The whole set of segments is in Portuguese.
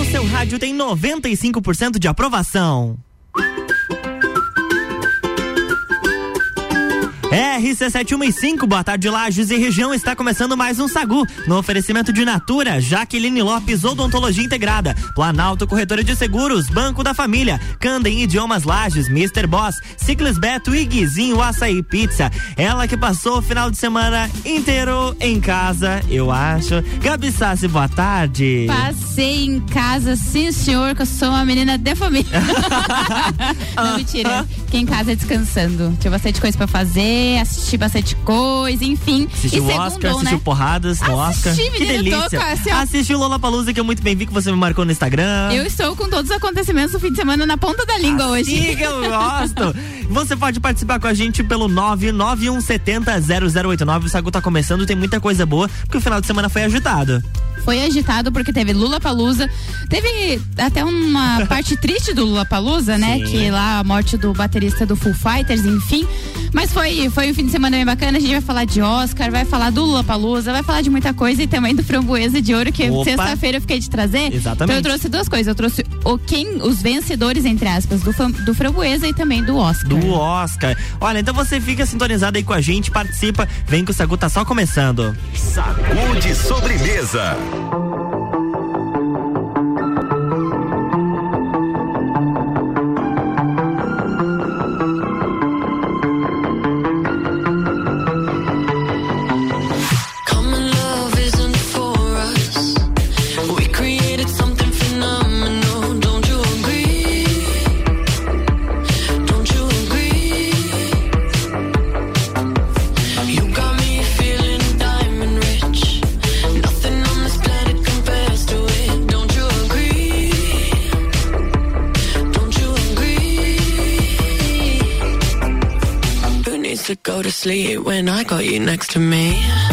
seu rádio tem 95% de aprovação. RC715, boa tarde, Lages e região, está começando mais um Sagu, no oferecimento de Natura, Jaqueline Lopes, Odontologia Integrada, Planalto Corretora de Seguros, Banco da Família, Candem Idiomas Lages, Mr. Boss, Ciclis Beto e Guizinho Açaí Pizza. Ela que passou o final de semana inteiro em casa, eu acho. Gabi Sassi, boa tarde. Passei em casa, sim senhor, que eu sou uma menina de família. Não, mentira, fiquei em casa descansando, tinha bastante coisa pra fazer, assisti bastante coisa, enfim. Assistiu o Oscar, assistiu porradas no Oscar. Menina, que delícia. Assistiu Lollapalooza, que eu muito bem vi, que você me marcou no Instagram. Eu estou com todos os acontecimentos do fim de semana na ponta da língua hoje. Sim, que eu gosto. Você pode participar com a gente pelo 991700089. O Sagu tá começando, tem muita coisa boa, porque o final de semana foi agitado. Foi agitado porque teve Lollapalooza, teve até uma parte triste do Lollapalooza, né? Sim. Que lá a morte do baterista do Foo Fighters, enfim. Mas foi um fim de semana bem bacana. A gente vai falar de Oscar, vai falar do Lollapalooza, vai falar de muita coisa e também do Framboesa de Ouro, que sexta-feira eu fiquei de trazer. Exatamente. Então eu trouxe duas coisas. Eu trouxe os vencedores, entre aspas, do Framboesa e também do Oscar. Do Oscar. Olha, então você fica sintonizado aí com a gente, participa, vem que o Sagu tá só começando. Sagu de sobremesa. To go to sleep when I got you next to me.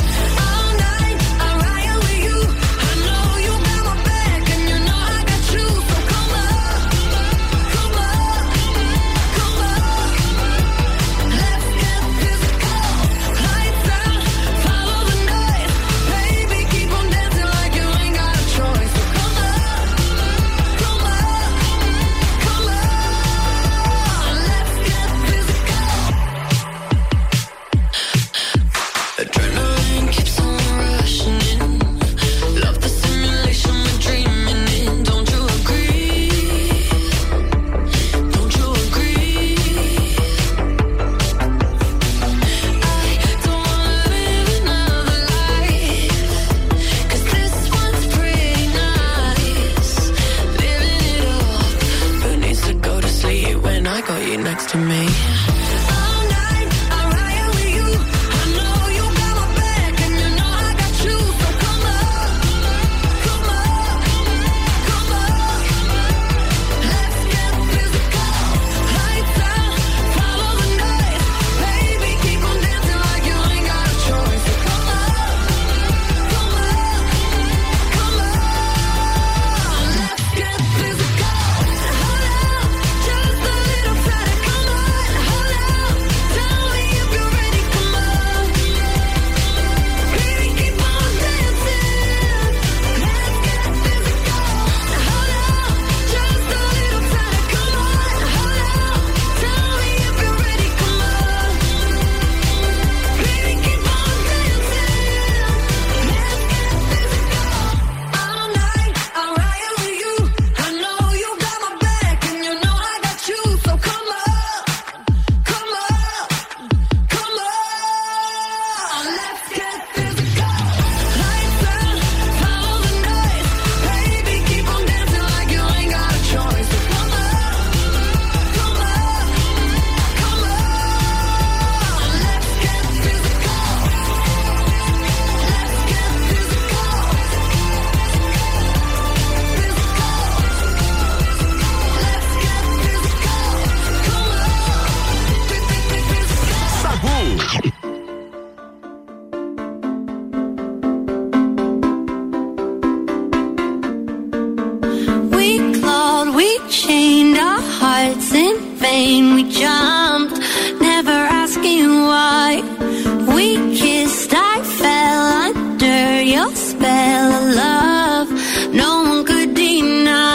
vain. We jumped, never asking why. We kissed, I fell under your spell of love. No one could deny.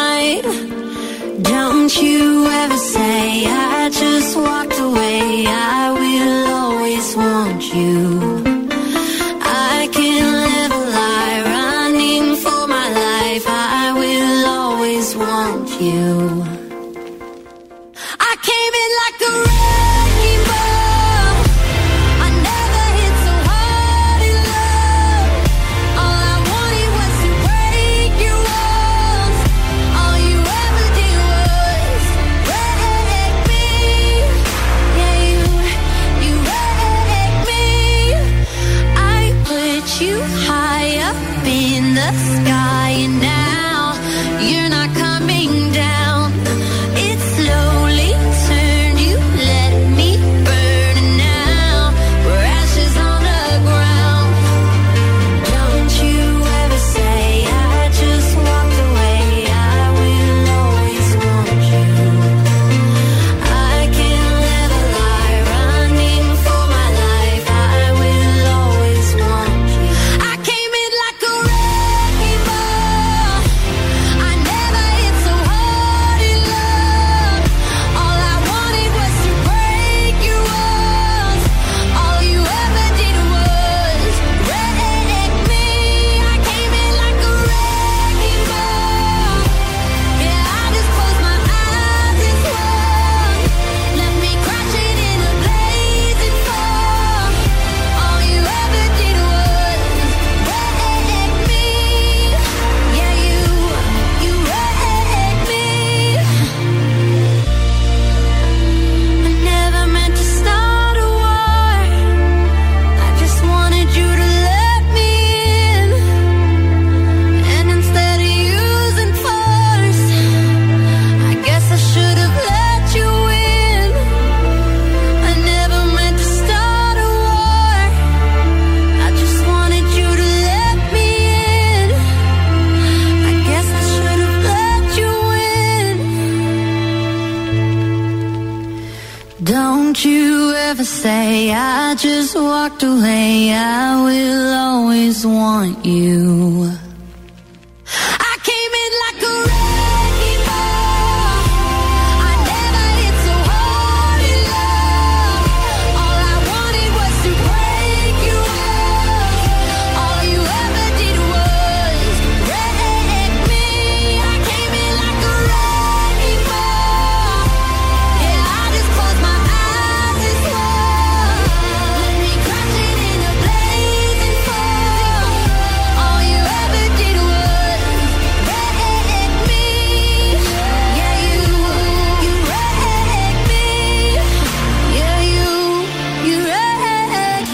never say I just walked away. I will always want you. I came in like a wrecking ball. I never hit so hard in love. All I wanted was to break you up. All you ever did was wreck me. I came in like a wrecking ball. Yeah, I just closed my eyes and swore. Let me crashing in a blazing fall. All you ever did was wreck me. Yeah, you wrecked me. Yeah, you wrecked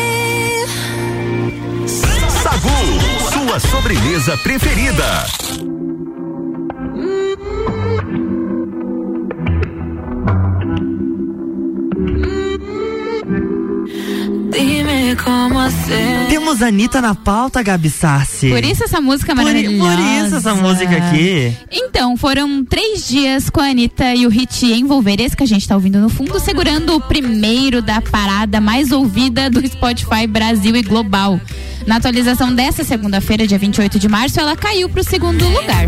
me. Sagu, sua sobremesa preferida. Dime como hacer. Temos a Anitta na pauta, Gabi Sassi. Por isso essa música maravilhosa. Por isso essa música aqui. Então, foram 3 dias com a Anitta e o hit Envolver, esse que a gente tá ouvindo no fundo, segurando o primeiro da parada mais ouvida do Spotify Brasil e global. Na atualização dessa segunda-feira, dia 28 de março, ela caiu pro 2º lugar.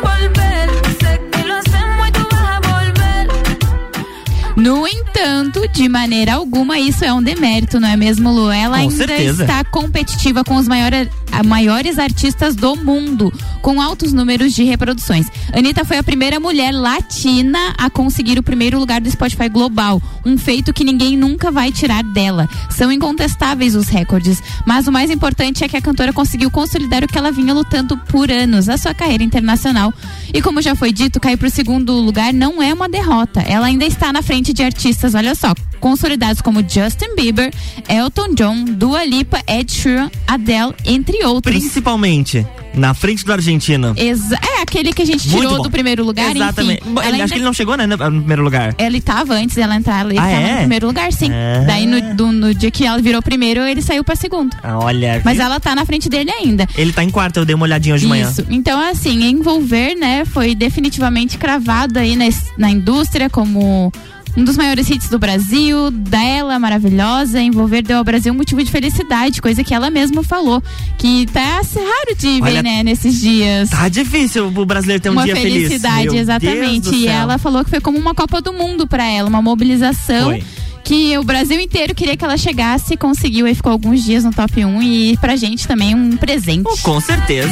No entanto, de maneira alguma, isso é um demérito, não é mesmo, Lu? Ela Com ainda certeza. está competitiva com os maiores artistas do mundo, com altos números de reproduções. Anitta foi a primeira mulher latina a conseguir o primeiro lugar do Spotify global, um feito que ninguém nunca vai tirar dela. São incontestáveis os recordes, mas o mais importante é que a cantora conseguiu consolidar o que ela vinha lutando por anos, a sua carreira internacional. E como já foi dito, cair para o 2º lugar não é uma derrota. Ela ainda está na frente de artistas, olha só, consolidados como Justin Bieber, Elton John, Dua Lipa, Ed Sheeran, Adele, entre outros. Principalmente na frente do argentino. É aquele que a gente Muito tirou bom. do primeiro lugar. Exatamente. Enfim, Acho que ele não chegou, né, no primeiro lugar. Ele estava antes dela entrar, ele estava no primeiro lugar, sim. Daí no dia que ela virou primeiro, ele saiu pra 2º. Olha. Mas ela tá na frente dele ainda. Ele tá em 4º, eu dei uma olhadinha hoje de manhã. Isso. Então, assim, Envolver, né, foi definitivamente cravado aí na indústria como um dos maiores hits do Brasil, dela, maravilhosa. Envolver deu ao Brasil um motivo de felicidade, coisa que ela mesma falou, que tá raro de ver, né, nesses dias. Tá difícil o brasileiro ter um dia feliz. Uma felicidade, exatamente. E ela falou que foi como uma Copa do Mundo pra ela, uma mobilização. Foi. Que o Brasil inteiro queria que ela chegasse, conseguiu e ficou alguns dias no top 1 e pra gente também um presente. Com certeza.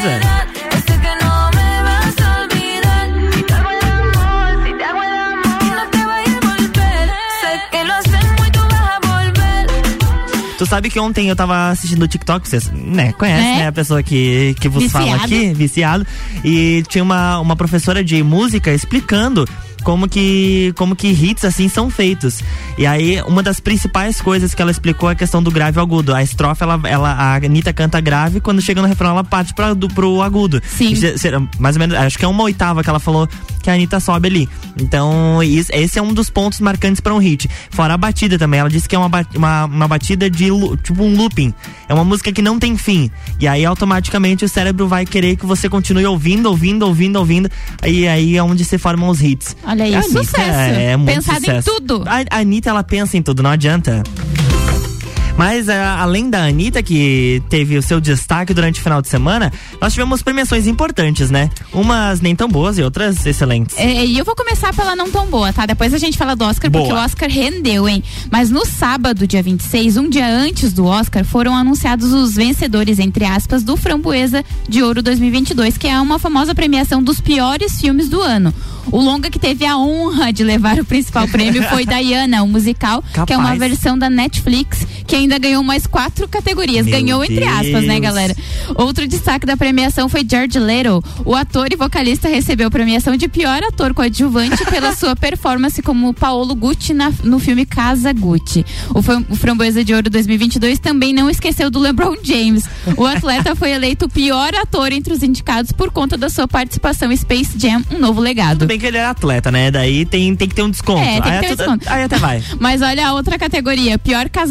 Tu sabe que ontem eu tava assistindo o TikTok, vocês, né, conhecem, né, a pessoa que vos Viciado. fala aqui, viciado, e tinha uma professora de música explicando como que hits assim são feitos. E aí, uma das principais coisas que ela explicou é a questão do grave e agudo. A estrofe, a Anitta canta grave, quando chega no refrão ela parte pro agudo. Sim. Mais ou menos, acho que é 1/8 que ela falou que a Anitta sobe ali. Então, esse é um dos pontos marcantes pra um hit. Fora a batida também, ela disse que é uma batida de, tipo, um looping. É uma música que não tem fim. E aí, automaticamente, o cérebro vai querer que você continue ouvindo. E aí é onde se formam os hits. Olha aí, sucesso. É muito Pensado sucesso. em tudo. A Anitta, ela pensa em tudo, não adianta. Mas além da Anitta, que teve o seu destaque durante o final de semana, nós tivemos premiações importantes, né? Umas nem tão boas e outras excelentes. E eu vou começar pela não tão boa, tá? Depois a gente fala do Oscar, Boa. porque o Oscar rendeu, hein? Mas no sábado, dia 26, um dia antes do Oscar, foram anunciados os vencedores, entre aspas, do Framboesa de Ouro 2022, que é uma famosa premiação dos piores filmes do ano. O longa que teve a honra de levar o principal prêmio foi Diana, o musical, que é uma versão da Netflix, que ainda ganhou mais 4 categorias. Meu ganhou entre aspas, né, galera? Outro destaque da premiação foi Jared Leto. O ator e vocalista recebeu premiação de pior ator coadjuvante pela sua performance como Paolo Gucci no filme Casa Gucci. O Framboesa de Ouro 2022 também não esqueceu do LeBron James. O atleta foi eleito o pior ator entre os indicados por conta da sua participação em Space Jam, Um Novo Legado. Tudo bem que ele é atleta, né? Daí tem que ter um desconto. Tem que ter desconto. Aí até vai. Mas olha a outra categoria, pior casal em tela.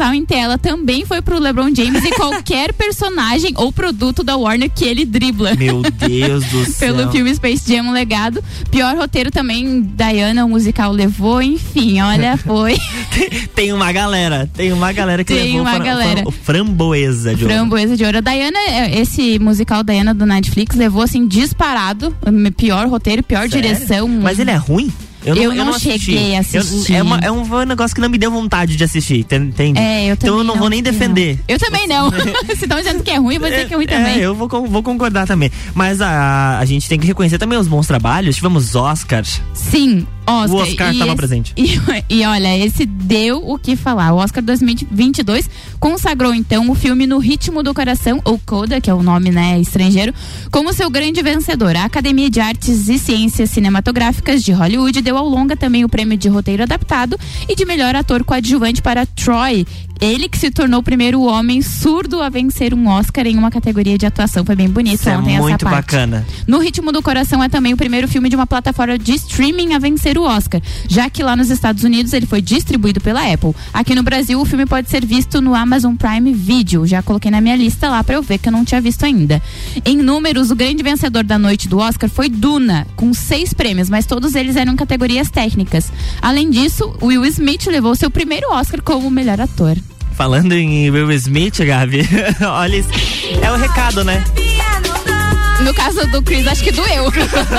ela também foi pro LeBron James e qualquer personagem ou produto da Warner que ele dribla. Meu Deus do céu. Pelo filme Space Jam, um legado. Pior roteiro também, Diana, o musical levou, enfim, olha, foi. Tem uma galera que levou Framboesa de Ouro. Framboesa de Ouro. A Diana, esse musical Diana do Netflix levou, assim, disparado, pior roteiro, pior Sério? direção. Mas ele é ruim? Eu não cheguei a assistir. É um negócio que não me deu vontade de assistir, entende? Então eu não vou nem defender. Eu também não. Se estão dizendo que é ruim, eu vou dizer que é ruim também. Eu vou concordar também. Mas a gente tem que reconhecer também os bons trabalhos. Tivemos Oscars. Sim, Oscar. O Oscar estava presente. E olha, esse deu o que falar. O Oscar 2022 consagrou então o filme No Ritmo do Coração, ou Coda, que é o nome, né, estrangeiro, como seu grande vencedor. A Academia de Artes e Ciências Cinematográficas de Hollywood deu ao longa também o prêmio de roteiro adaptado e de melhor ator coadjuvante para Troy. Ele que se tornou o primeiro homem surdo a vencer um Oscar em uma categoria de atuação. Foi bem bonito Isso ontem é muito essa parte. Bacana. No Ritmo do Coração é também o primeiro filme de uma plataforma de streaming a vencer o Oscar, já que lá nos Estados Unidos ele foi distribuído pela Apple. Aqui no Brasil o filme pode ser visto no Amazon Prime Video. Já coloquei na minha lista lá pra eu ver, que eu não tinha visto ainda. Em números, o grande vencedor da noite do Oscar foi Duna, com 6 prêmios, mas todos eles eram categorias técnicas. Além disso, Will Smith levou seu primeiro Oscar como melhor ator. Falando em Will Smith, Gabi, olha isso. É o recado, né? No caso do Chris, acho que doeu.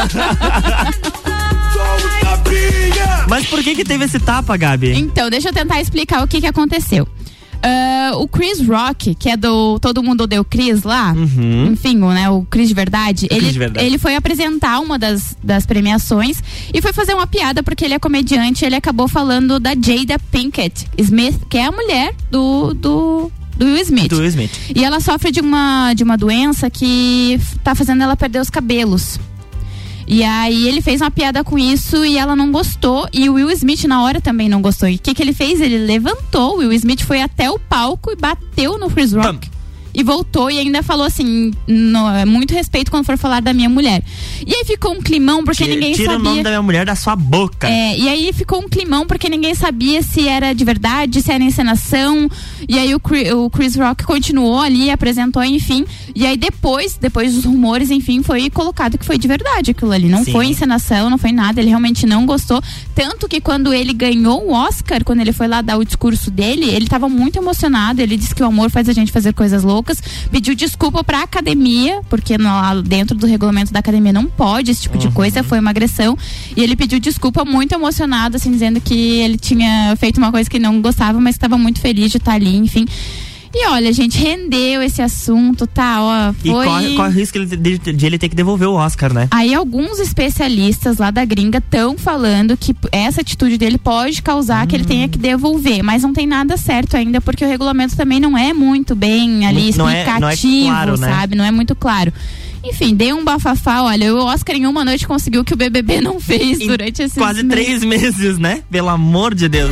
Mas por que teve esse tapa, Gabi? Então, deixa eu tentar explicar o que aconteceu. O Chris Rock, que é do Todo Mundo Odeia o Chris lá, enfim, né, o Chris de verdade, ele foi apresentar uma das premiações e foi fazer uma piada porque ele é comediante. Ele acabou falando da Jada Pinkett Smith, que é a mulher do Will Smith. Do Will Smith. E ela sofre de uma doença que tá fazendo ela perder os cabelos. E aí ele fez uma piada com isso e ela não gostou, e o Will Smith na hora também não gostou. E o que ele fez? Ele levantou, o Will Smith foi até o palco e bateu no Chris Rock. E voltou e ainda falou assim, muito respeito quando for falar da minha mulher. E aí ficou um climão porque ninguém sabia. Tira o nome da minha mulher da sua boca. E aí ficou um climão porque ninguém sabia se era de verdade, se era encenação. E aí o Chris Rock continuou ali, apresentou, enfim. E aí depois dos rumores, enfim, foi colocado que foi de verdade aquilo ali. Não foi encenação, não foi nada, ele realmente não gostou. Tanto que quando ele ganhou o Oscar, quando ele foi lá dar o discurso dele, ele tava muito emocionado. Ele disse que o amor faz a gente fazer coisas loucas. Pediu desculpa pra academia, porque dentro do regulamento da academia não pode esse tipo de coisa, foi uma agressão. E ele pediu desculpa muito emocionado, assim, dizendo que ele tinha feito uma coisa que não gostava, mas estava muito feliz de estar ali, enfim. E olha, gente, rendeu esse assunto, tá, ó, foi... E corre o risco de ele ter que devolver o Oscar, né? Aí alguns especialistas lá da gringa estão falando que essa atitude dele pode causar que ele tenha que devolver, mas não tem nada certo ainda, porque o regulamento também não é muito bem ali explicativo, não é claro, sabe? Não é muito claro. Enfim, dei um bafafá, olha, o Oscar em uma noite conseguiu o que o BBB não fez durante esses quase 3 meses, né? Pelo amor de Deus.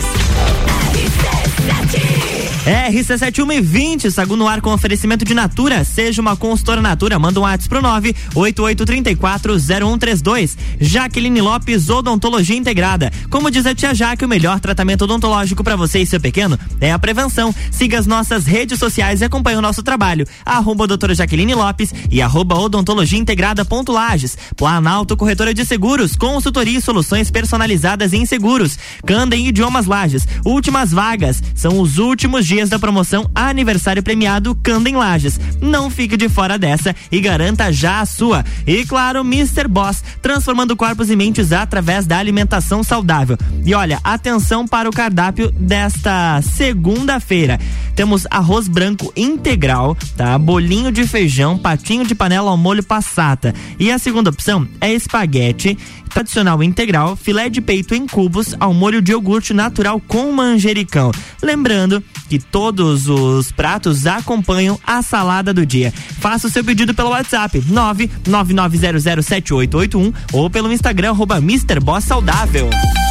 RC7120, Sagu no ar com oferecimento de Natura. Seja uma consultora Natura, manda um WhatsApp pro 988340132. Jaqueline Lopes, Odontologia Integrada. Como diz a tia Jaque, o melhor tratamento odontológico para você e seu pequeno é a prevenção. Siga as nossas redes sociais e acompanhe o nosso trabalho. @doutora Jaqueline Lopes e @odontologiaintegrada.lages. Planalto Corretora de Seguros, consultoria e soluções personalizadas em seguros. Candem Idiomas Lages. Últimas vagas, são os últimos dias da promoção Aniversário Premiado Candem Lages. Não fique de fora dessa e garanta já a sua. E claro, Mr. Boss, transformando corpos e mentes através da alimentação saudável. E olha, atenção para o cardápio desta segunda-feira. Temos arroz branco integral, tá? Bolinho de feijão, patinho de panela ao molho passata. E a segunda opção é espaguete tradicional integral, filé de peito em cubos ao molho de iogurte natural com manjericão. Lembrando que todos os pratos acompanham a salada do dia. Faça o seu pedido pelo WhatsApp 999007881 ou pelo Instagram @MrBossSaudável.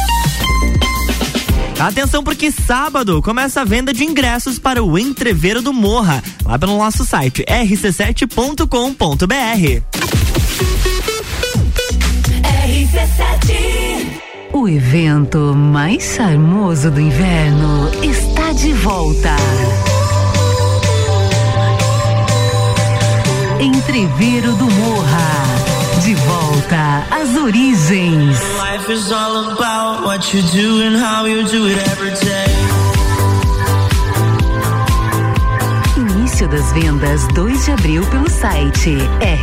Atenção, porque sábado começa a venda de ingressos para o Entreveiro do Morra, lá pelo nosso site rc7.com.br. O evento mais charmoso do inverno está de volta. Entreveiro do Morra. De volta às origens. Life is all about what you do and how you do it every day. Início das vendas 2 de abril pelo site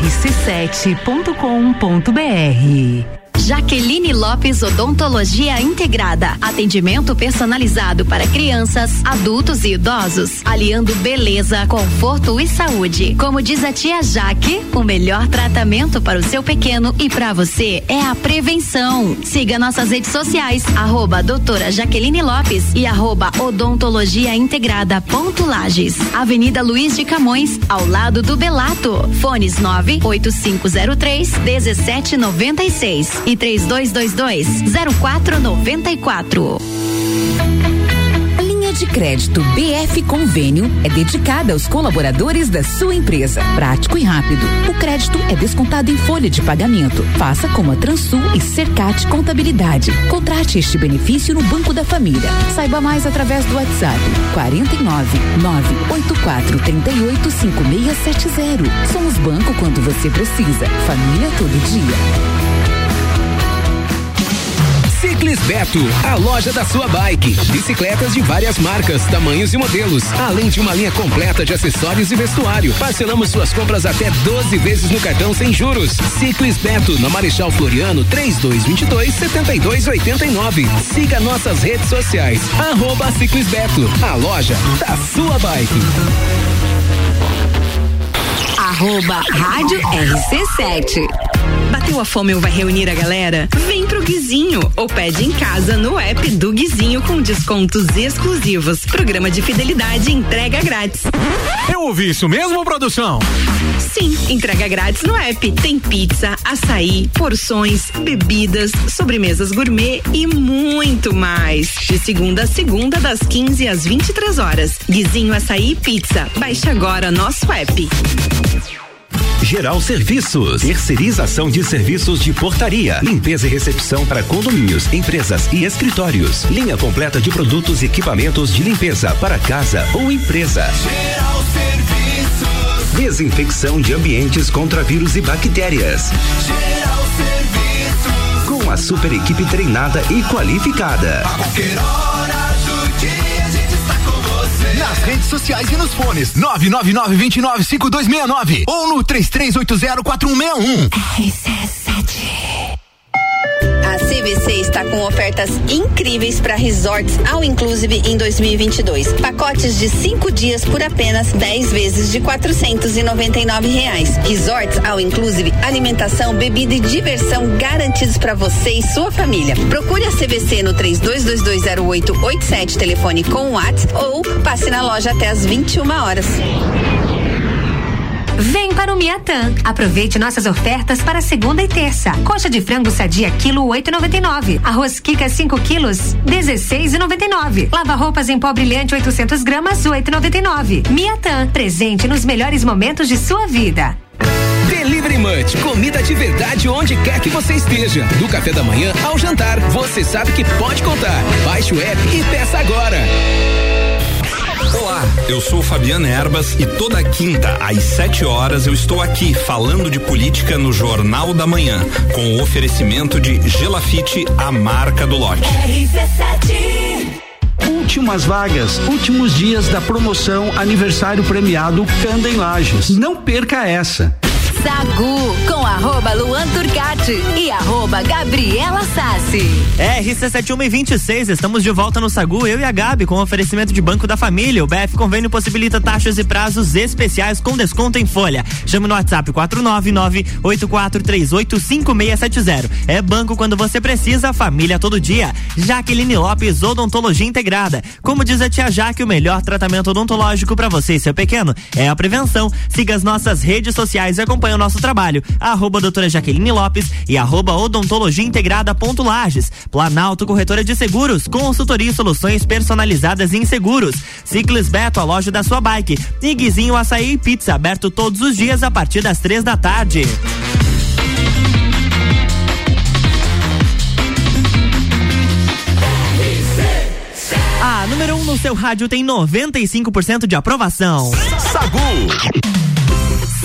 rc7.com.br. Jaqueline Lopes Odontologia Integrada. Atendimento personalizado para crianças, adultos e idosos, aliando beleza, conforto e saúde. Como diz a tia Jaque, o melhor tratamento para o seu pequeno e para você é a prevenção. Siga nossas redes sociais, @doutora Jaqueline Lopes e @odontologiaintegrada.lages. Avenida Luiz de Camões, ao lado do Belato. Fones 98503-1796 e 3222-0494. De crédito BF Convênio é dedicada aos colaboradores da sua empresa. Prático e rápido. O crédito é descontado em folha de pagamento. Faça como a Transul e Cercat Contabilidade. Contrate este benefício no Banco da Família. Saiba mais através do WhatsApp 499-8438-5670. Somos banco quando você precisa. Família todo dia. Ciclis Beto, a loja da sua bike. Bicicletas de várias marcas, tamanhos e modelos, além de uma linha completa de acessórios e vestuário. Parcelamos suas compras até 12 vezes no cartão sem juros. Ciclis Beto, na Marechal Floriano, 3222-7289. Siga nossas redes sociais, @Ciclis Beto, a loja da sua bike. @Rádio RC7. Bateu a fome ou vai reunir a galera? Vem pro Guizinho ou pede em casa no app do Guizinho com descontos exclusivos. Programa de fidelidade e entrega grátis. Eu ouvi isso mesmo, produção? Sim, entrega grátis no app. Tem pizza, açaí, porções, bebidas, sobremesas gourmet e muito mais. De segunda a segunda, das 15 às 23 horas. Guizinho Açaí e Pizza. Baixe agora nosso app. Geral Serviços, terceirização de serviços de portaria, limpeza e recepção para condomínios, empresas e escritórios. Linha completa de produtos e equipamentos de limpeza para casa ou empresa. Geral Serviços. Desinfecção de ambientes contra vírus e bactérias. Geral Serviços. Com a super equipe treinada e qualificada. A qualquer hora do dia a gente está com você. Nas redes sociais e nos fones 999-295269 ou no 33804161. A CVC está com ofertas incríveis para resorts all inclusive em 2022. Pacotes de 5 dias por apenas 10 vezes de R$499. Resorts all inclusive, alimentação, bebida e diversão garantidos para você e sua família. Procure a CVC no 32220887, telefone com o WhatsApp, ou passe na loja até às 21 horas. Vem para o Miatã. Aproveite nossas ofertas para segunda e terça. Coxa de frango sadia quilo 8,99. Arroz Kika 5 quilos 16,99. Lava roupas em pó brilhante 800 gramas 8,99. Miatã, presente nos melhores momentos de sua vida. Delivery Munch, comida de verdade onde quer que você esteja. Do café da manhã ao jantar, você sabe que pode contar. Baixe o app e peça agora. Olá, eu sou o Fabiano Erbas e toda quinta às 7 horas eu estou aqui falando de política no Jornal da Manhã, com o oferecimento de Gelafite, a marca do lote. Últimas vagas, últimos dias da promoção aniversário premiado Canda em Lages. Não perca essa. Sagu com @Luan Turcati e @Gabriela Sassi. RC7126, estamos de volta no Sagu, eu e a Gabi, com oferecimento de Banco da Família. O BF Convênio possibilita taxas e prazos especiais com desconto em folha. Chame no WhatsApp 499-8438-5670. É banco quando você precisa, família todo dia. Jaqueline Lopes, Odontologia Integrada. Como diz a tia Jaque, o melhor tratamento odontológico para você e seu pequeno é a prevenção. Siga as nossas redes sociais e acompanhe o nosso trabalho, @doutora Jaqueline Lopes e @odontologiaintegrada.lages. Planalto Corretora de Seguros, consultoria e soluções personalizadas em seguros. Ciclis Beto, a loja da sua bike. E Guizinho Açaí e Pizza, aberto todos os dias a partir das 3 da tarde. A número 1 no seu rádio tem 95% de aprovação. Sagu.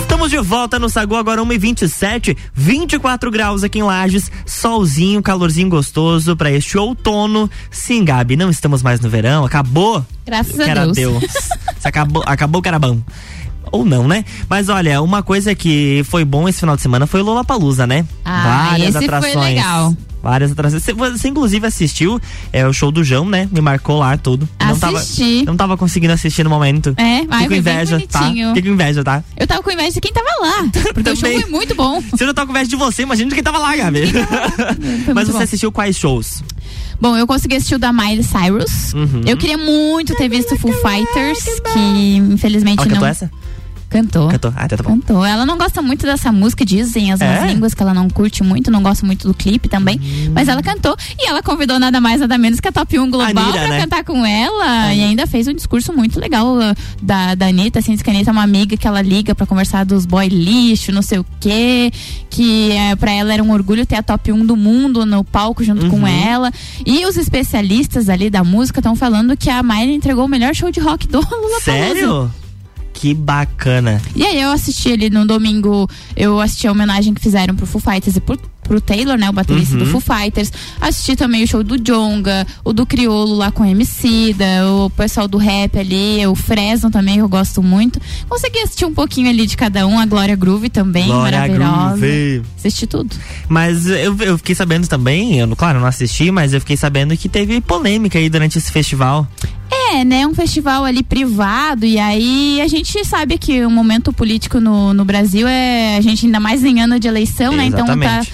Estamos de volta no Sagu, agora 1h27, 24 graus aqui em Lages, solzinho, calorzinho gostoso pra este outono. Sim, Gabi, não estamos mais no verão, acabou. Graças a Deus. Acabou que era bom. Ou não, né? Mas olha, uma coisa que foi bom esse final de semana foi o Lollapalooza, né? Várias esse atrações. Foi legal. Várias atrações. Você inclusive assistiu o show do João, né? Me marcou lá tudo. Assisti. Não tava conseguindo assistir no momento. Fiquei com inveja, tá? Fiquei com inveja, tá? Eu tava com inveja de quem tava lá. Porque o show foi muito bom. Se eu não tava com inveja de você, imagina de quem tava lá, Gabi. Mas você assistiu quais shows? Bom, eu consegui assistir o da Miley Cyrus. Eu queria muito ter visto o Foo Fighters, que infelizmente Ela não... cantou essa? Cantou. Ah, tá bom. Cantou. Ela não gosta muito dessa música, dizem as más línguas que ela não curte muito, não gosta muito do clipe também. Mas ela cantou e ela convidou nada mais, nada menos que a Top 1 Global Anitta, pra né? cantar com ela. E ainda fez um discurso muito legal da Anitta, assim, diz que a Anitta é uma amiga que ela liga pra conversar dos boy lixo, não sei o quê. Que pra ela era um orgulho ter a Top 1 do mundo no palco junto com ela. E os especialistas ali da música estão falando que a Miley entregou o melhor show de rock do Lollapalooza. Sério? Que bacana. E aí eu assisti ali no domingo, eu assisti a homenagem que fizeram pro Foo Fighters e pro Taylor, né, o baterista do Foo Fighters. Assisti também o show do Djonga, o do Criolo lá com o Emicida, o pessoal do rap ali, o Fresno também, que eu gosto muito. Consegui assistir um pouquinho ali de cada um, a Glória Groove também, maravilhosa. Groove. Assisti tudo. Mas eu fiquei sabendo também, claro, não assisti, mas eu fiquei sabendo que teve polêmica aí durante esse festival. Um festival ali privado, e aí a gente sabe que o momento político no Brasil a gente ainda mais em ano de eleição, né? Então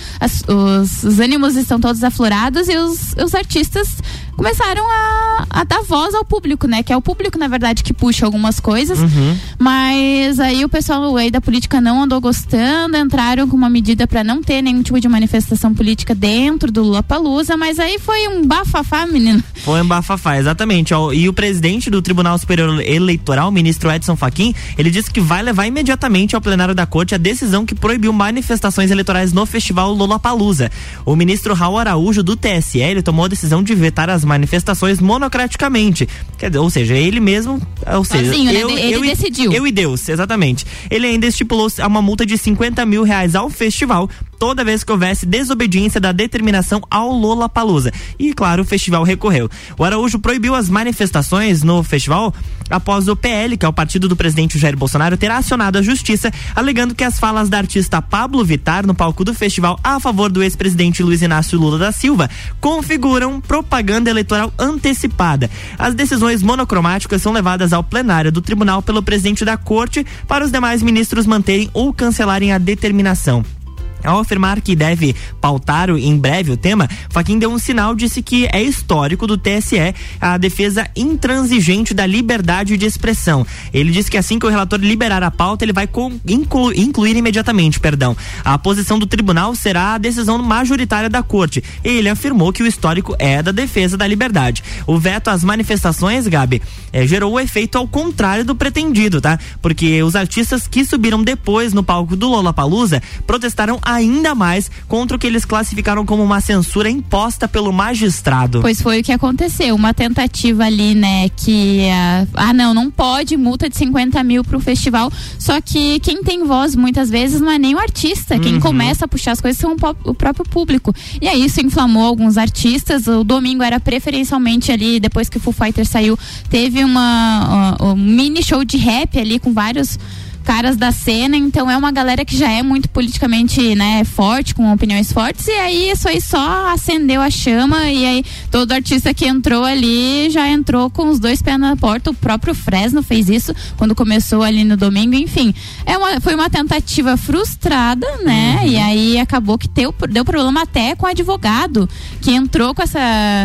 os ânimos estão todos aflorados e os artistas começaram a dar voz ao público, né? Que é o público, na verdade, que puxa algumas coisas, mas aí o pessoal aí da política não andou gostando, entraram com uma medida para não ter nenhum tipo de manifestação política dentro do Lollapalooza, mas aí foi um bafafá, menino. Foi um bafafá, exatamente. E o presidente do Tribunal Superior Eleitoral, o ministro Edson Fachin, ele disse que vai levar imediatamente ao plenário da corte a decisão que proibiu manifestações eleitorais no festival Lollapalooza. O ministro Raul Araújo, do TSE, ele tomou a decisão de vetar as manifestações monocraticamente. Ou seja, ele mesmo, sozinho, né? Ele decidiu. Eu e Deus, exatamente. Ele ainda estipulou uma multa de R$50 mil ao festival toda vez que houvesse desobediência da determinação ao Lollapalooza. E, claro, o festival recorreu. O Araújo proibiu as manifestações no festival após o PL, que é o partido do presidente Jair Bolsonaro, ter acionado a justiça, alegando que as falas da artista Pablo Vittar no palco do festival a favor do ex-presidente Luiz Inácio Lula da Silva configuram propaganda eleitoral antecipada. As decisões monocromáticas são levadas ao plenário do tribunal pelo presidente da corte para os demais ministros manterem ou cancelarem a determinação. Ao afirmar que deve pautar em breve o tema, Fachin deu um sinal, disse que é histórico do TSE a defesa intransigente da liberdade de expressão. Ele disse que assim que o relator liberar a pauta, ele vai incluir imediatamente, a posição do tribunal será a decisão majoritária da corte. Ele afirmou que o histórico é da defesa da liberdade. O veto às manifestações, Gabi, gerou o efeito ao contrário do pretendido, tá? Porque os artistas que subiram depois no palco do Lollapalooza protestaram ainda mais contra o que eles classificaram como uma censura imposta pelo magistrado. Pois foi o que aconteceu, uma tentativa ali, né, que não pode multa de 50 mil pro festival, só que quem tem voz muitas vezes não é nem o artista, quem começa a puxar as coisas são o próprio público, e aí isso inflamou alguns artistas. O domingo era preferencialmente ali, depois que o Foo Fighters saiu, teve um mini show de rap ali com vários caras da cena, então é uma galera que já é muito politicamente, né, forte, com opiniões fortes, e aí isso aí só acendeu a chama, e aí todo artista que entrou ali já entrou com os dois pés na porta. O próprio Fresno fez isso quando começou ali no domingo, enfim, foi uma tentativa frustrada, né, e aí acabou que deu problema até com o advogado que entrou com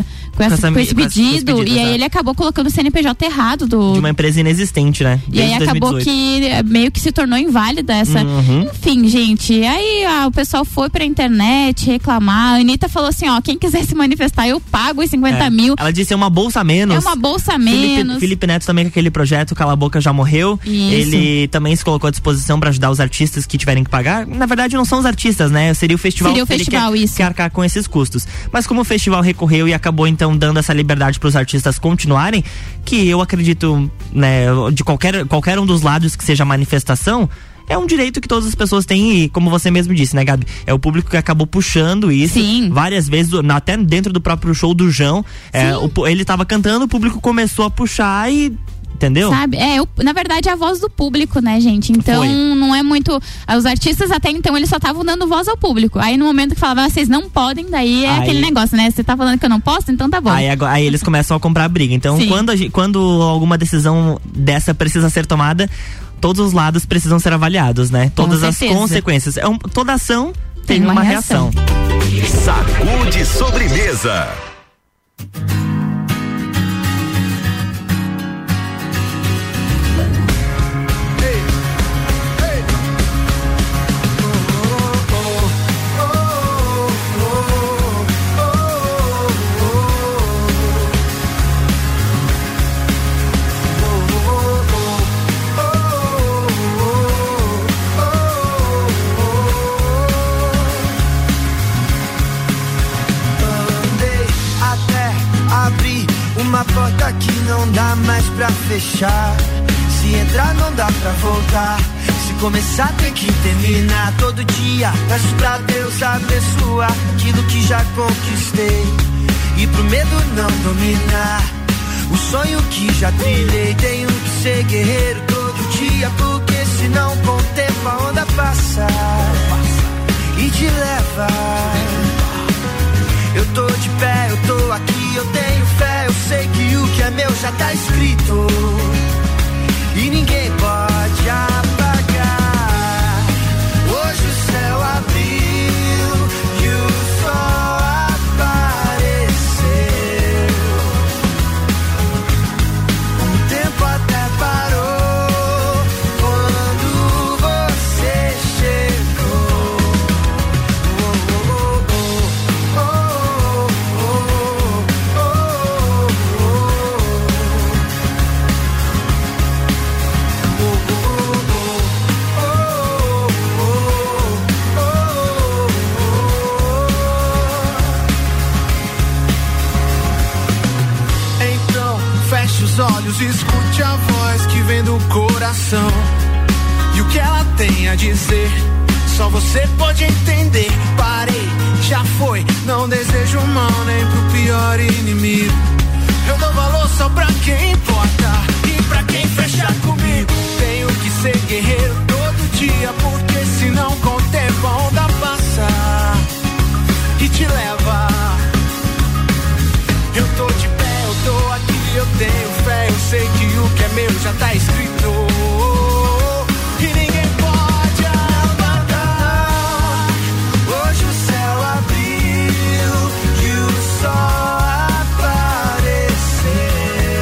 esse pedido, e aí ele acabou colocando o CNPJ errado de uma empresa inexistente, né? E aí acabou 2018. Que meio que se tornou inválida essa. Enfim, gente, aí o pessoal foi pra internet reclamar. A Anitta falou assim, quem quiser se manifestar, eu pago os 50 mil. Ela disse, é uma bolsa a menos. É uma bolsa a menos. Felipe Neto também, com aquele projeto Cala a Boca Já Morreu. Isso. Ele também se colocou à disposição pra ajudar os artistas que tiverem que pagar. Na verdade, não são os artistas, né? Seria o festival, que arcar com esses custos. Mas como o festival recorreu e acabou então dando essa liberdade para os artistas continuarem, que eu acredito, né, de qualquer um dos lados que seja manifestação, é um direito que todas as pessoas têm e, como você mesmo disse, né, Gabi? É o público que acabou puxando isso. Sim. Várias vezes, até dentro do próprio show do João, ele tava cantando, o público começou a puxar e... Entendeu? Sabe? Na verdade é a voz do público, né, gente? Então não é muito. Os artistas até então eles só estavam dando voz ao público. Aí no momento que falavam, vocês não podem, daí aquele negócio, né? Você tá falando que eu não posso, então tá bom. Aí eles começam a comprar briga. Então quando alguma decisão dessa precisa ser tomada, todos os lados precisam ser avaliados, né? Todas as consequências. Toda ação tem uma reação. Sagu de sobremesa. Uma porta que não dá mais pra fechar. Se entrar não dá pra voltar. Se começar tem que terminar. Todo dia peço pra Deus abençoar aquilo que já conquistei e pro medo não dominar o sonho que já trilhei. Tenho que ser guerreiro todo dia, porque senão com o tempo a onda passa e te leva. Eu tô de pé, eu tô aqui, eu tenho fé, eu sei que o que é meu já tá escrito e ninguém pode apagar. Hoje o céu abriu e o sol apareceu. O tempo até parou quando você chegou. Olhos, escute a voz que vem do coração e o que ela tem a dizer, só você pode entender. Parei, já foi, não desejo mal nem pro pior inimigo. Eu dou valor só pra quem importa e pra quem fecha comigo. Tenho que ser guerreiro todo dia, porque senão com o tempo a onda passa e te leva. Eu tô de pé, eu tô aqui, eu tenho fé, eu sei que o que é meu já tá escrito e ninguém pode apagar. Hoje o céu abriu e o sol apareceu.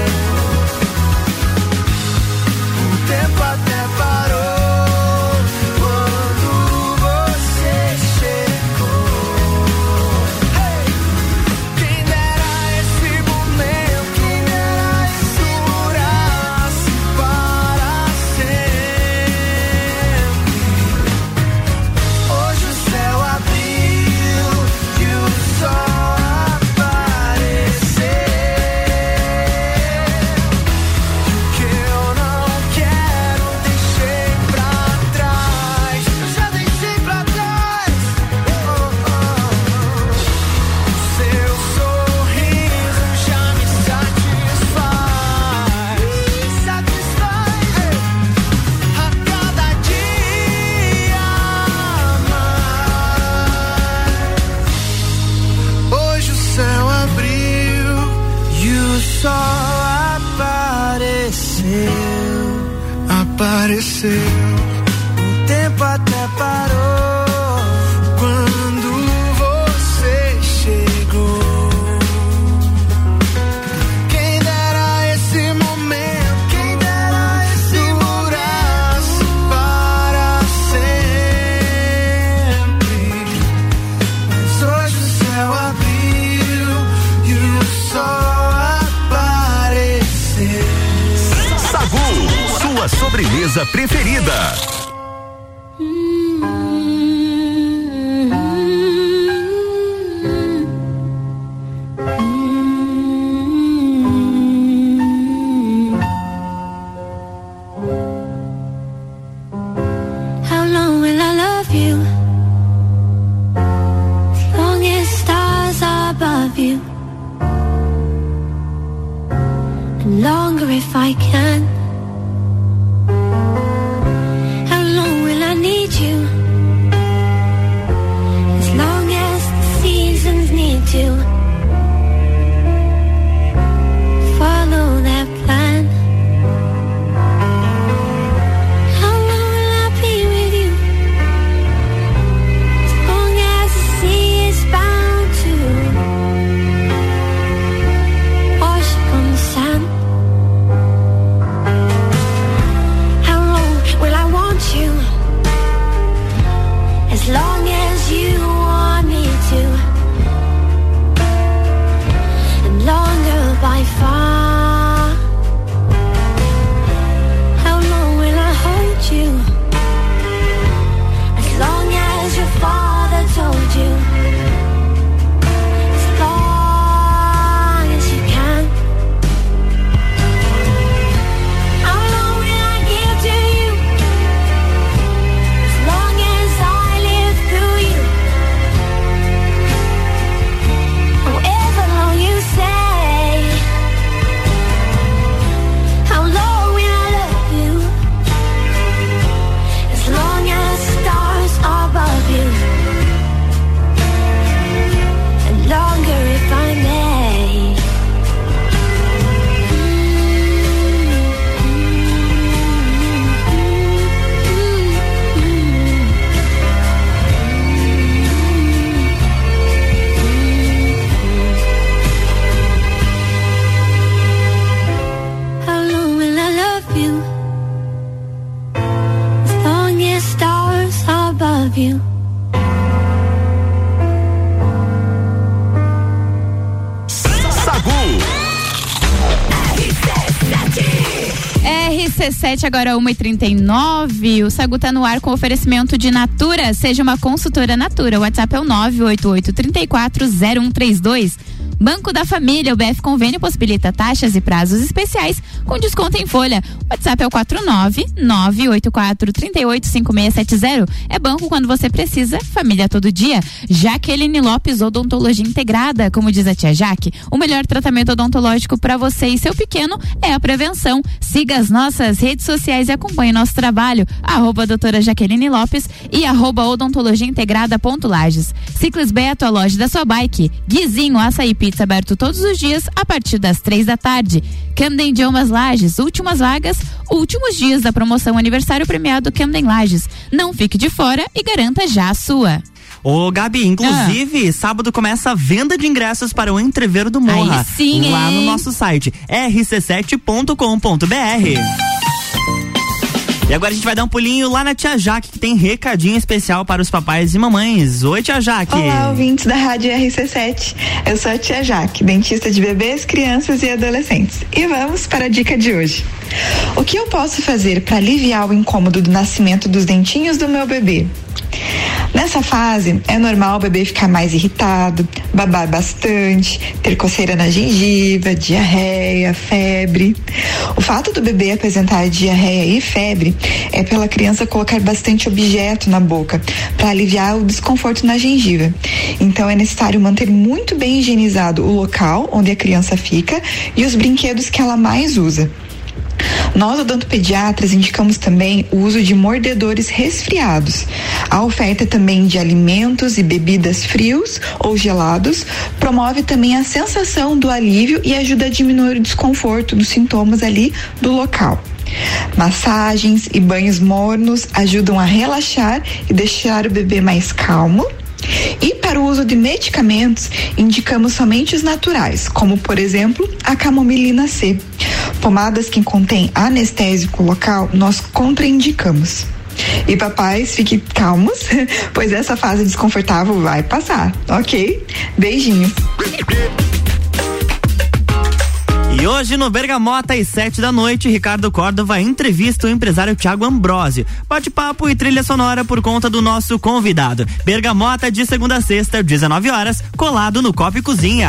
O tempo até parou quando você chegou. Hey! Quem dera esse momento, quem dera durasse para sempre. Hoje o céu abriu e o sol apareceu. E o que eu não quero deixei pra trás. Eu já deixei pra trás. O seu sorriso já me satisfaz. A cada dia mais. Hoje o céu abriu e o sol apareceu. O tempo até parou quando você chegou. Quem dera esse momento, quem dera esse durasse para sempre. Mas hoje o céu abriu e o sol apareceu. Sagu, sua sobremesa preferida. you. RC7, agora 1h39. O Sagu tá no ar com oferecimento de Natura. Seja uma consultora Natura. O WhatsApp é o 988340132. Banco da Família, o BF Convênio possibilita taxas e prazos especiais com desconto em folha. O WhatsApp é o 49984385670. É banco quando você precisa, família todo dia. Jaqueline Lopes, Odontologia Integrada. Como diz a tia Jaque, o melhor tratamento odontológico para você e seu pequeno é a prevenção. Siga as nossas redes sociais e acompanhe nosso trabalho. @doutora Jaqueline Lopes e @odontologiaintegrada.lages. Ciclis Beto, a loja da sua bike. Guizinho, açaí pizza aberto todos os dias a partir das 3 da tarde. Camden Idiomas Lages, últimas vagas, últimos dias da promoção aniversário premiado Camden Lages. Não fique de fora e garanta já a sua. Ô, Gabi, inclusive, sábado começa a venda de ingressos para o Entreveiro do Morra. Aí sim, lá no nosso site, rc7.com.br. E agora a gente vai dar um pulinho lá na tia Jaque, que tem recadinho especial para os papais e mamães. Oi, tia Jaque. Olá, ouvintes da Rádio RC7. Eu sou a tia Jaque, dentista de bebês, crianças e adolescentes. E vamos para a dica de hoje. O que eu posso fazer para aliviar o incômodo do nascimento dos dentinhos do meu bebê? Nessa fase, é normal o bebê ficar mais irritado, babar bastante, ter coceira na gengiva, diarreia, febre. O fato do bebê apresentar diarreia e febre é pela criança colocar bastante objeto na boca para aliviar o desconforto na gengiva. Então é necessário manter muito bem higienizado o local onde a criança fica e os brinquedos que ela mais usa. Nós, odontopediatras, indicamos também o uso de mordedores resfriados. A oferta também de alimentos e bebidas frios ou gelados promove também a sensação do alívio e ajuda a diminuir o desconforto dos sintomas ali do local. Massagens e banhos mornos ajudam a relaxar e deixar o bebê mais calmo. E para o uso de medicamentos, indicamos somente os naturais, como por exemplo a camomilina C. Pomadas que contêm anestésico local, nós contraindicamos. E papais, fiquem calmos, pois essa fase desconfortável vai passar, ok? Beijinhos. E hoje no Bergamota, às 7 da noite, Ricardo Córdova entrevista o empresário Thiago Ambrosio. Bate-papo e trilha sonora por conta do nosso convidado. Bergamota de segunda a sexta, 19 horas, colado no Copa e Cozinha.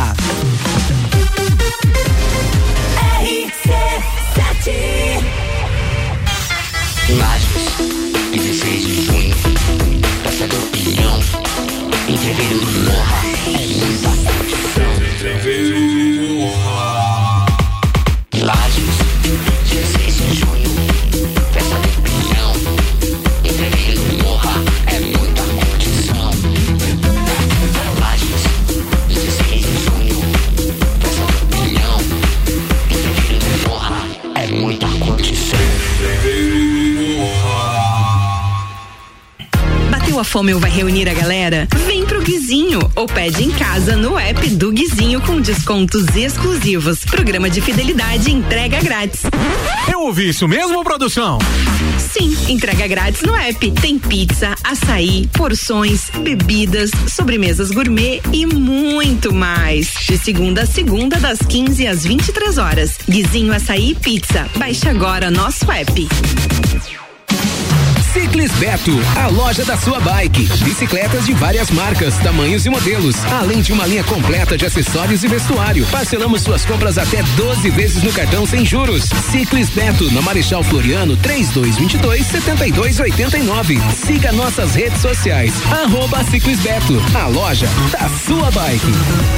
Lages, 16 de junho, Praça da Opinião, Entreveiro do Morra, é muita curtição. Lages, 16 de junho, Praça da Opinião, Entreveiro do Morra, é muita curtição. Lages, 16 de junho, Praça da Opinião, Entreveiro do Morra, é muita curtição. Bateu a fome ou vai reunir a galera? Vem pro Guizinho ou pede em casa no app do Guizinho com descontos exclusivos. Programa de fidelidade e entrega grátis. Eu ouvi isso mesmo, produção? Sim, entrega grátis no app. Tem pizza, açaí, porções, bebidas, sobremesas gourmet e muito mais. De segunda a segunda, das 15 às 23 horas. Guizinho Açaí Pizza. Baixe agora nosso app. Ciclis Beto, a loja da sua bike. Bicicletas de várias marcas, tamanhos e modelos, além de uma linha completa de acessórios e vestuário. Parcelamos suas compras até 12 vezes no cartão sem juros. Ciclis Beto, na Marechal Floriano, 3222-7289. Siga nossas redes sociais, @Ciclis Beto, a loja da sua bike.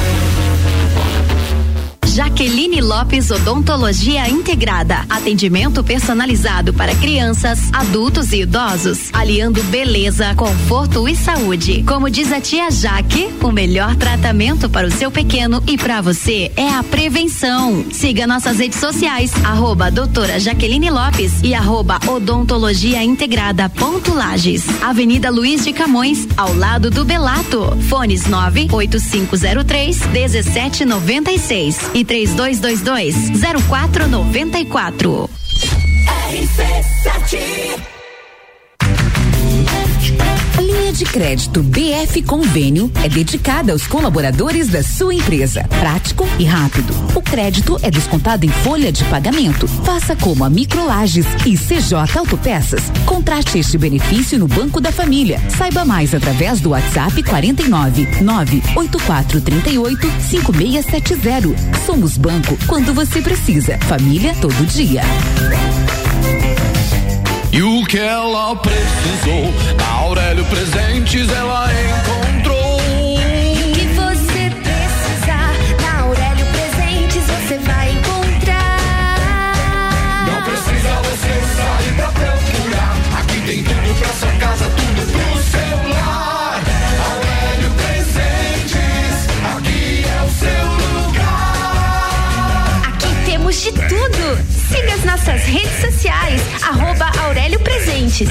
Jaqueline Lopes Odontologia Integrada. Atendimento personalizado para crianças, adultos e idosos, aliando beleza, conforto e saúde. Como diz a tia Jaque, o melhor tratamento para o seu pequeno e para você é a prevenção. Siga nossas redes sociais, @doutora Jaqueline Lopes e @odontologiaintegrada.lages. Avenida Luiz de Camões, ao lado do Belato. Fones 98503-1796 e 3222-0494. RC7 linha de crédito BF Convênio é dedicada aos colaboradores da sua empresa. Prático e rápido. O crédito é descontado em folha de pagamento. Faça como a Microlages e CJ Autopeças. Contrate este benefício no Banco da Família. Saiba mais através do WhatsApp 49 98438 5670. Somos banco quando você precisa. Família todo dia. E o que ela precisou, na Aurélio Presentes ela encontrou. E o que você precisar, na Aurélio Presentes você vai encontrar. Não precisa você sair pra procurar, aqui tem tudo pra sua casa, tudo pro celular. Aurélio Presentes, aqui é o seu lugar. Aqui temos de tudo. Siga as nossas redes sociais, @Aurélio Presentes.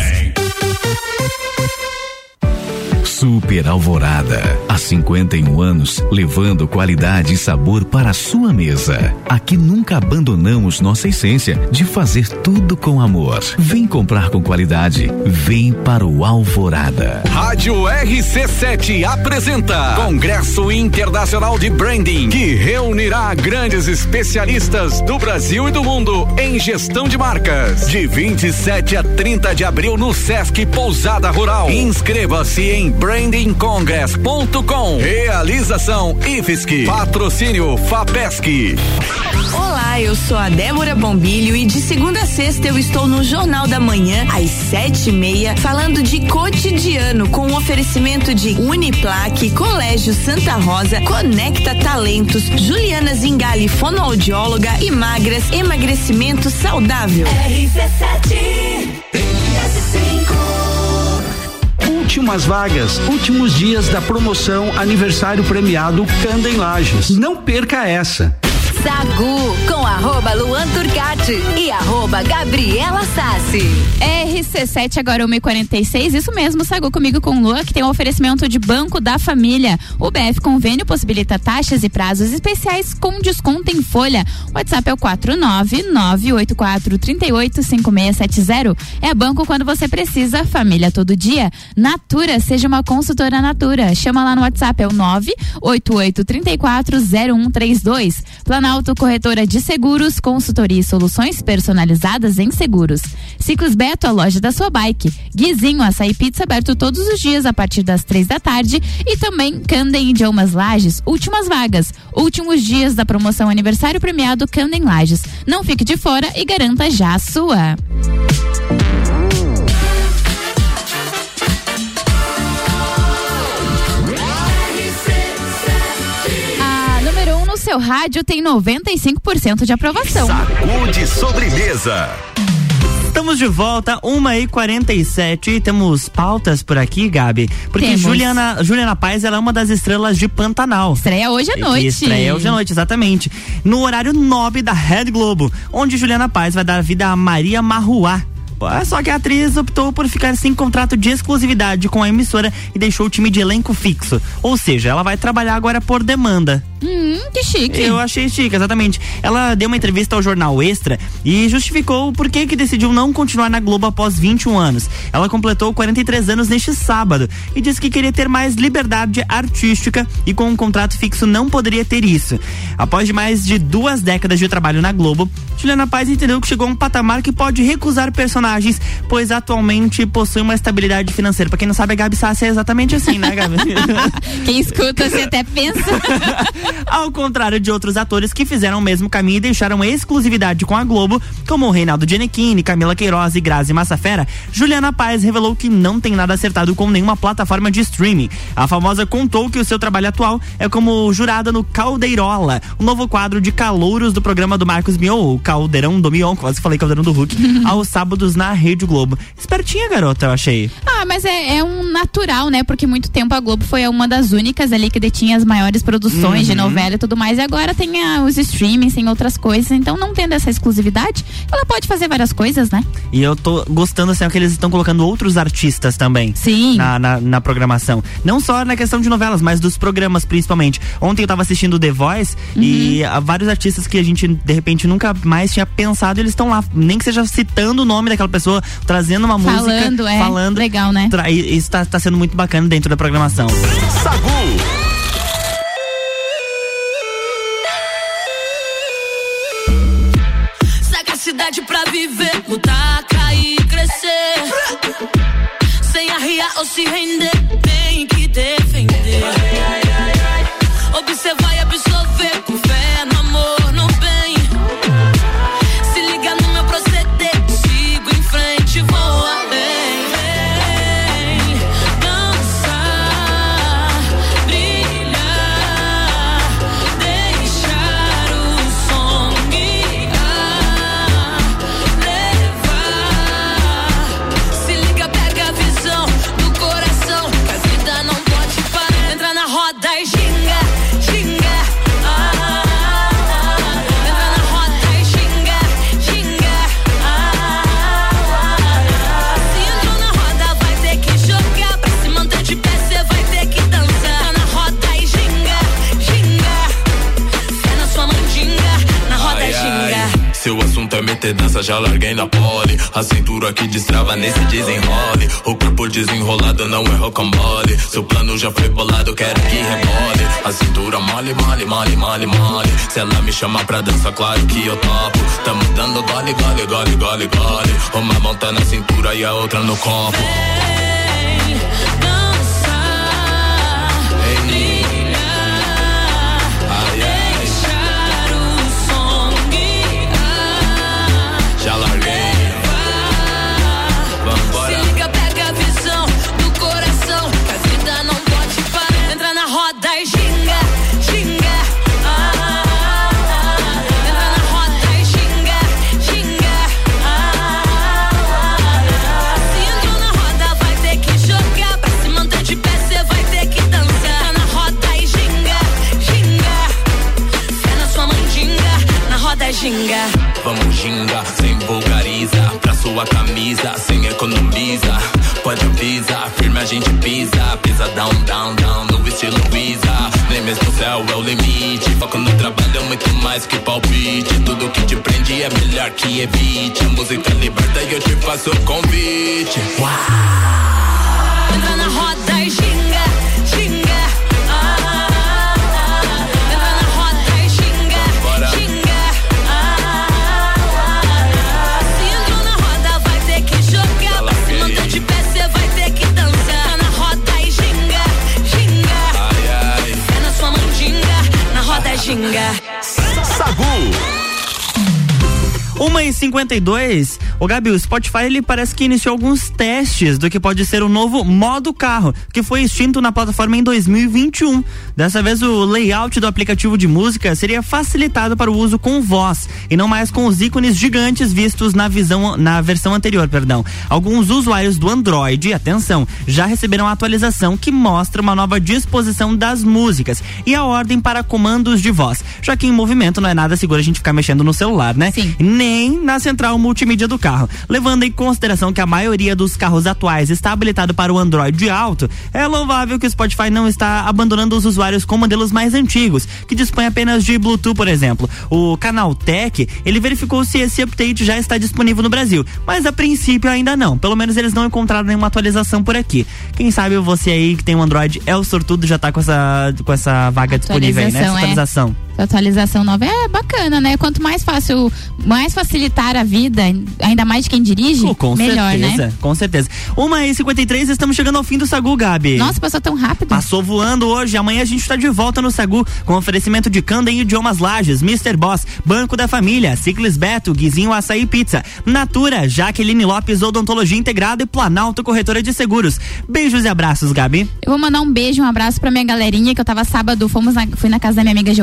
Super Alvorada, há 51 anos, levando qualidade e sabor para a sua mesa. Aqui nunca abandonamos nossa essência de fazer tudo com amor. Vem comprar com qualidade, vem para o Alvorada. Rádio RC7 apresenta Congresso Internacional de Branding, que reunirá grandes especialistas do Brasil e do mundo em gestão de marcas. De 27 a 30 de abril no Sesc Pousada Rural. Inscreva-se em brandingcongress.com. Realização IFSC. Patrocínio FAPESC. Olá, eu sou a Débora Bombilho e de segunda a sexta eu estou no Jornal da Manhã, às 7:30, falando de cotidiano, com o oferecimento de Uniplaque, Colégio Santa Rosa, Conecta Talentos, Juliana Zingali, fonoaudióloga e Magras, emagrecimento saudável. RC7 Últimas vagas, últimos dias da promoção aniversário premiado Canda em Lages. Não perca essa. Sagu com @Luan Turcati e @Gabriela Sassi. RC7 agora 1h46, isso mesmo, Sagu comigo com Luan, que tem um oferecimento de Banco da Família. O BF Convênio possibilita taxas e prazos especiais com desconto em folha. O WhatsApp é o 49984385670. É banco quando você precisa, família todo dia. Natura, seja uma consultora Natura. Chama lá no WhatsApp, é o 988340132. Planalto Corretora de Seguros, consultoria e soluções personalizadas em seguros. Ciclos Beto, a loja da sua bike. Guizinho, açaí pizza aberto todos os dias a partir das 3 da tarde. E também Candem Idiomas Lages, últimas vagas. Últimos dias da promoção aniversário premiado Candem Lages. Não fique de fora e garanta já a sua. Seu rádio tem 95% de aprovação. Sacude sobremesa. Estamos de volta, 1h47, e temos pautas por aqui, Gabi, porque temos. Juliana Paz, ela é uma das estrelas de Pantanal. Estreia hoje à noite. Estreia hoje à noite, exatamente. No horário nobre da Rede Globo, onde Juliana Paz vai dar vida a Maria Marruá. Só que a atriz optou por ficar sem contrato de exclusividade com a emissora e deixou o time de elenco fixo. Ou seja, ela vai trabalhar agora por demanda. Que chique. Eu achei chique, exatamente. Ela deu uma entrevista ao jornal Extra e justificou o porquê que decidiu não continuar na Globo após 21 anos. Ela completou 43 anos neste sábado e disse que queria ter mais liberdade artística e com um contrato fixo não poderia ter isso. Após de mais de 2 décadas de trabalho na Globo, Juliana Paz entendeu que chegou a um patamar que pode recusar personagens, pois atualmente possui uma estabilidade financeira. Pra quem não sabe, a Gabi Sassi é exatamente assim, né, Gabi? Quem escuta, você até pensa. Ao contrário de outros atores que fizeram o mesmo caminho e deixaram a exclusividade com a Globo, como o Reinaldo Gianecchini, Camila Queiroz e Grazi Massafera, Juliana Paz revelou que não tem nada acertado com nenhuma plataforma de streaming. A famosa contou que o seu trabalho atual é como jurada no Caldeirola, o novo quadro de calouros do programa do Marcos Mion, o Caldeirão do Mion, quase falei Caldeirão do Hulk, aos sábados na Rede Globo. Espertinha, garota, eu achei. Mas é um natural, né? Porque muito tempo a Globo foi uma das únicas ali que detinha as maiores produções de novela e tudo mais, e agora tem os streamings, tem outras coisas, então não tendo essa exclusividade, ela pode fazer várias coisas, né? E eu tô gostando, assim, que eles estão colocando outros artistas também. Sim. Na programação. Não só na questão de novelas, mas dos programas, principalmente. Ontem eu tava assistindo The Voice e vários artistas que a gente, de repente, nunca mais tinha pensado, eles estão lá, nem que seja citando o nome daquela pessoa, trazendo uma música. Falando. Legal, né? Isso tá sendo muito bacana dentro da programação. Sagu. Sagacidade pra viver, lutar, cair, crescer. Sem arriar ou se render, tem que defender. Observar e absorver, com fé no amor, no bem. Se liga no meu proceder, sigo em frente, vou além. Dançar, brilhar, deixar o som guiar, levar. Se liga, pega a visão do coração, que a vida não pode parar. Entra na roda e ginga, ginga. Entra na roda e ginga, ginga. Se entrou na roda, vai ter que jogar. Pra se manter de pé, cê vai ter que dançar. Entra na roda e ginga, ginga. Fé na sua mandinga, na roda e ginga. Se o assunto é meter dança, já larguei na pole. A cintura que destrava nesse desenrole. O corpo desenrolado não é rocambole. Seu plano já foi bolado, quero que rebole. A cintura mole, mole, mole, mole, mole. Se ela me chamar pra dança, claro que eu topo. Tamo dando gole, gole, gole, gole, gole. Uma mão tá na cintura e a outra no copo. Já larguei. Vambora. Se liga, pega a visão do coração, que a vida não pode parar. Entra na roda e ginga, ginga. Entra na roda e ginga, ginga. Se entrou na roda, vai ter que jogar. Pra se manter de pé, cê vai ter que dançar. Entra na roda e ginga, ginga. Fé na sua mandinga, na roda e ginga. Vamos ginga, sem vulgariza. Pra sua camisa, sem economiza. Pode avisar, firme a gente pisa. Pisa down, down, down, no estilo Visa. Nem mesmo o céu é o limite. Foco no trabalho, muito mais que palpite. Tudo que te prende é melhor que evite. A música liberta e eu te faço o convite. Uau! Entra na roda e ginga, ginga. Entra na roda e ginga, ginga. Se entrou na roda, vai ter que jogar. Pra se manter de pé, cê vai ter que dançar. Na roda e ginga, ginga. É na sua mandinga, na roda e ginga. Sagu. 1h52, o Gabi, o Spotify, ele parece que iniciou alguns testes do que pode ser o novo modo carro, que foi extinto na plataforma em 2021. Dessa vez, o layout do aplicativo de música seria facilitado para o uso com voz, e não mais com os ícones gigantes vistos na versão anterior, perdão. Alguns usuários do Android, atenção, já receberam a atualização que mostra uma nova disposição das músicas e a ordem para comandos de voz, já que em movimento não é nada seguro a gente ficar mexendo no celular, né? Sim. Nem na central multimídia do carro. Levando em consideração que a maioria dos carros atuais está habilitado para o Android Auto, é louvável que o Spotify não está abandonando os usuários com modelos mais antigos, que dispõem apenas de Bluetooth, por exemplo. O Canaltech, ele verificou se esse update já está disponível no Brasil, mas a princípio ainda não. Pelo menos eles não encontraram nenhuma atualização por aqui. Quem sabe você aí que tem um Android é o sortudo, já tá com essa vaga disponível aí, né? Essa atualização. Essa atualização nova é bacana, né? Quanto mais fácil, mais facilitar a vida, ainda mais de quem dirige, melhor, certeza, né? Com certeza. 1h53, estamos chegando ao fim do Sagu, Gabi. Nossa, passou tão rápido. Passou voando hoje. Amanhã a gente está de volta no Sagu com oferecimento de Candem Idiomas Lages, Mr. Boss, Banco da Família, Ciclis Beto, Guizinho Açaí Pizza, Natura, Jaqueline Lopes Odontologia Integrada e Planalto Corretora de Seguros. Beijos e abraços, Gabi. Eu vou mandar um beijo, um abraço pra minha galerinha, que eu tava sábado, fui na casa da minha amiga Giovana,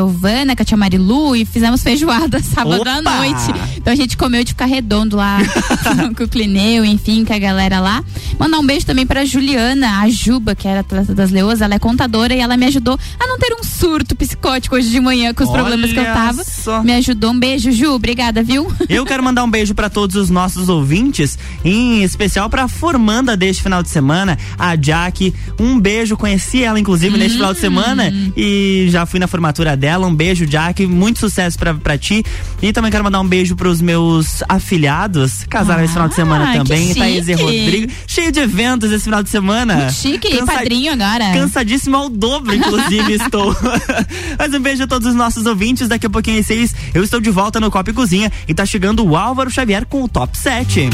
Juliana, com a tia Marilu, e fizemos feijoada sábado Opa! à noite. Então a gente comeu de ficar redondo lá com o Clineu, enfim, com a galera lá. Mandar um beijo também pra Juliana, a Juba, que era atleta das Leoas, ela é contadora e ela me ajudou a não ter um surto psicótico hoje de manhã com os problemas que eu tava. Só. Me ajudou, um beijo, Ju, obrigada, viu? Eu quero mandar um beijo pra todos os nossos ouvintes, em especial pra formanda deste final de semana, a Jaque. Um beijo, conheci ela inclusive neste final de semana e já fui na formatura dela. Um beijo, Jaque, muito sucesso pra ti. E também quero mandar um beijo pros meus afilhados, casaram esse final de semana também, Thaís e Rodrigo. Cheio de eventos esse final de semana. Muito chique, padrinho agora. Cansadíssimo ao dobro, inclusive, estou. Mas um beijo a todos os nossos ouvintes. Daqui a pouquinho às 6 eu estou de volta no Copa e Cozinha e tá chegando o Álvaro Xavier com o Top 7.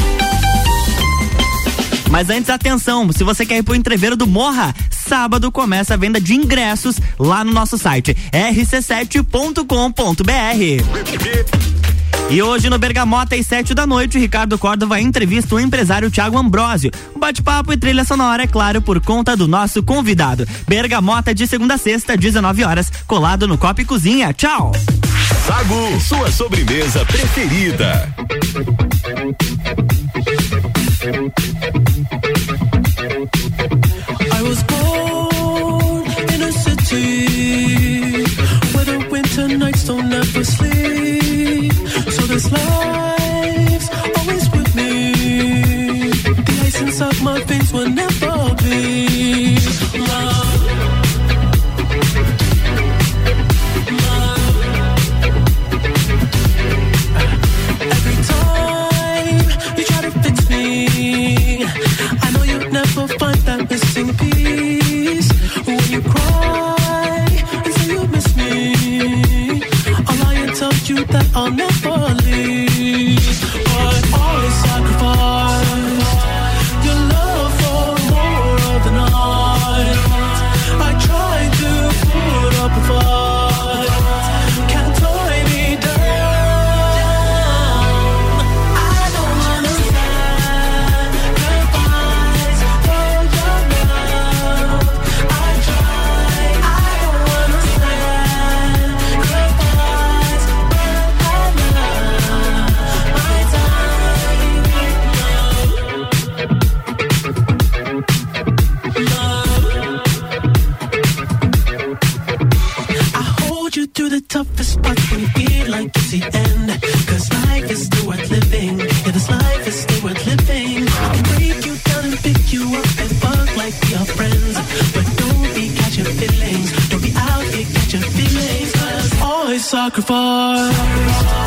Mas antes, atenção, se você quer ir pro entreveiro do Morra, sábado começa a venda de ingressos lá no nosso site rc7.com.br. E hoje no Bergamota às 7 da noite, o Ricardo Córdova entrevista o empresário Thiago Ambrósio. O bate-papo e trilha sonora, é claro, por conta do nosso convidado. Bergamota de segunda a sexta, 19 horas, colado no Copa e Cozinha. Tchau! Sagu, sua sobremesa preferida. I was born in a city where the winter nights don't ever sleep. So this life's always with me. The ice inside my veins will never bleed. Love. Every time you try to fix me, I know you'll never find that missing piece. When you cry and say you miss me, I'll lie and tell you that I'll never leave. But always sacrifice your love for more of the night. I try to put up a fight, can't tie me down. I don't wanna sacrifice for your love. I try, I don't wanna sacrifice, but I love my time. I hold you through the toughest parts when you feel like it's the end. 'Cause life is still worth living. Yeah, this life is still worth living. I'll break you down and pick you up and fuck like we are friends. But don't be catching feelings. Don't be out here catching feelings. 'Cause always sacrifice